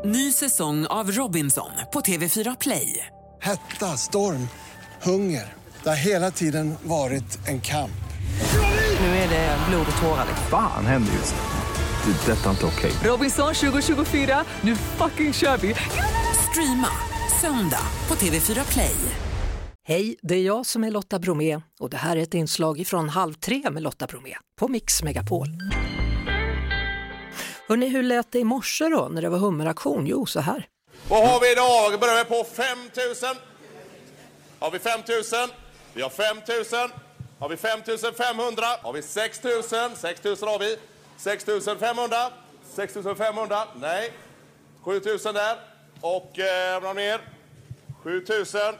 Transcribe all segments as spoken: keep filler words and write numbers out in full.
Ny säsong av Robinson på T V fyra Play. Hetta, storm, hunger. Det har hela tiden varit en kamp. Nu är det blod och tårar. Fan händer just det. Det är detta inte okej. Robinson tjugo tjugofyra, nu fucking kör vi. Streama söndag på T V fyra Play. Hej, det är jag som är Lotta Bromé och det här är ett inslag från Halv tre med Lotta Bromé på Mix Megapol. Hörrni, hur lät det i morse då när det var hummeraktion? Jo, så här. Vad har vi idag? Vi börjar på fem tusen. Har vi fem tusen? Vi har fem tusen. Har vi fem tusen femhundra? Har vi sex tusen? sex tusen har vi. sex tusen femhundra? sex tusen femhundra? Nej. sju tusen där. Och eh, vad mer? sju tusen.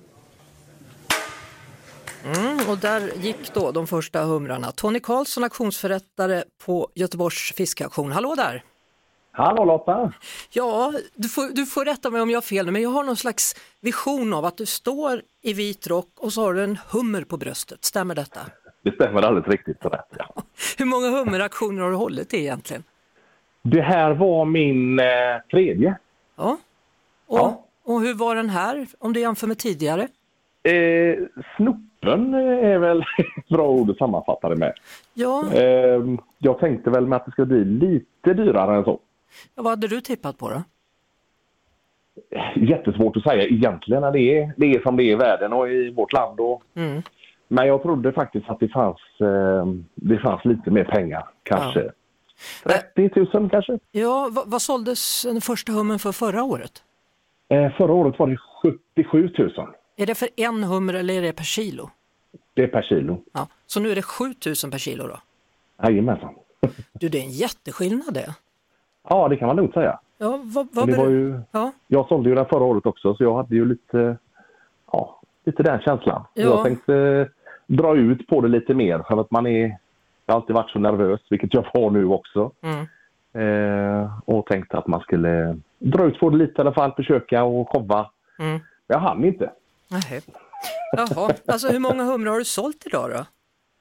Mm, och där gick då de första humrarna. Tony Karlsson, auktionsförrättare på Göteborgs fiskauktion. Hallå där! Hallå Lotta! Ja, du får, du får rätta mig om jag har fel, men jag har någon slags vision av att du står i vit rock och så har du en hummer på bröstet. Stämmer detta? Det stämmer alldeles riktigt så rätt, ja. Hur många hummeraktioner har du hållit i egentligen? Det här var min eh, tredje. Ja. Och, Ja. och hur var den här om du jämför med tidigare? Eh, snoppen är väl ett bra ord att sammanfatta det med. Ja, Eh, jag tänkte väl med att det skulle bli lite dyrare än så. ja, vad hade du tippat på då? Jättesvårt att säga egentligen när det är, det är som det är i världen och i vårt land. Och, Mm. men jag trodde faktiskt att det fanns, eh, det fanns lite mer pengar. Kanske Ja. trettio tusen kanske. Ja, vad, vad såldes den första hummen för förra året? Eh, förra året var det sjuttiosju tusen. Är det för en hummer eller är det per kilo? Det är per kilo. Ja, så nu är det sju tusen per kilo då? Jajamensan. Du, det är en jätteskillnad det. Ja, det kan man nog säga. Ja, vad, vad Det beror... var ju, ja. jag sålde ju den förra året också, så jag hade ju lite, ja, lite den känslan. Ja. Jag tänkte eh, dra ut på det lite mer för att man är, jag har alltid varit så nervös, vilket jag var nu också. Mm. Eh, och tänkte att man skulle dra ut på det lite i alla fall, försöka och komma. Mm. Jag hann inte. Nej. Jaha, alltså hur många humrar har du sålt idag då?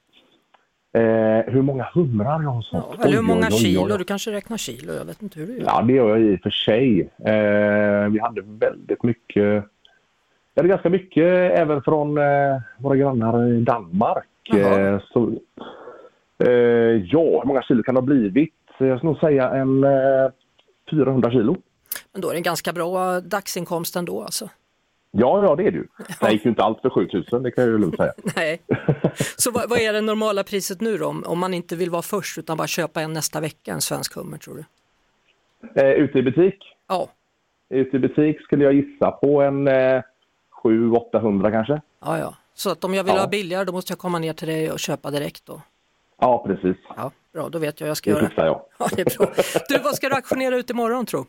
Eh, hur många humrar jag har sålt? Ja, eller hur Oj, många oj, oj, oj. kilo? Du kanske räknar kilo, jag vet inte hur du gör. Ja, det gör jag i och för sig. Eh, vi hade väldigt mycket, vi hade ganska mycket även från eh, våra grannar i Danmark. Jaha. Eh, så, eh, ja, hur många kilo kan det ha blivit? Jag skulle nog säga en eh, fyrahundra kilo. Men då är det en ganska bra dagsinkomst ändå alltså. Ja, ja, det är det ju. Det gick ju inte allt för sju tusen, det kan jag ju lugnt säga. Nej. Så vad, vad är det normala priset nu då? Om, om man inte vill vara först utan bara köpa en nästa vecka, en svensk hummer tror du? Eh, ute i butik? Ja, Ute i butik skulle jag gissa på en eh, sju åttahundra kanske. ja, ja. Så att om jag vill Ja. ha billigare då måste jag komma ner till dig och köpa direkt då. Ja, precis. Ja, bra, då vet jag vad jag ska Det göra. fixar jag. Ja, det är bra. Du, vad ska du auktionera ut imorgon tro?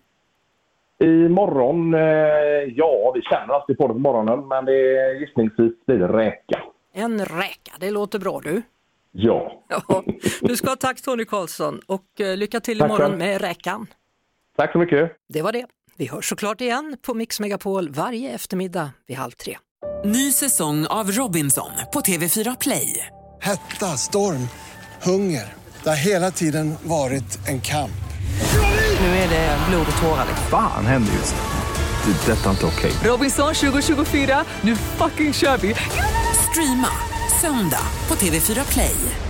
Imorgon, eh, ja, vi känner alltid på det på morgonen, men det är gissningsvis blir det räka. En räka, det låter bra du. Ja. Ja, du ska ha tack Tony Karlsson och eh, lycka till Tack imorgon själv. med räkan. Tack så mycket. Det var det. Vi hörs såklart igen på Mix Megapol varje eftermiddag vid halv tre. Ny säsong av Robinson på T V fyra Play. Hetta, storm, hunger. Det har hela tiden varit en kamp. Nu är det blod och tårar. Fan händer just det. Det är detta inte okej. Robinson tjugo tjugofyra, nu fucking kör vi. Streama söndag på T V fyra Play.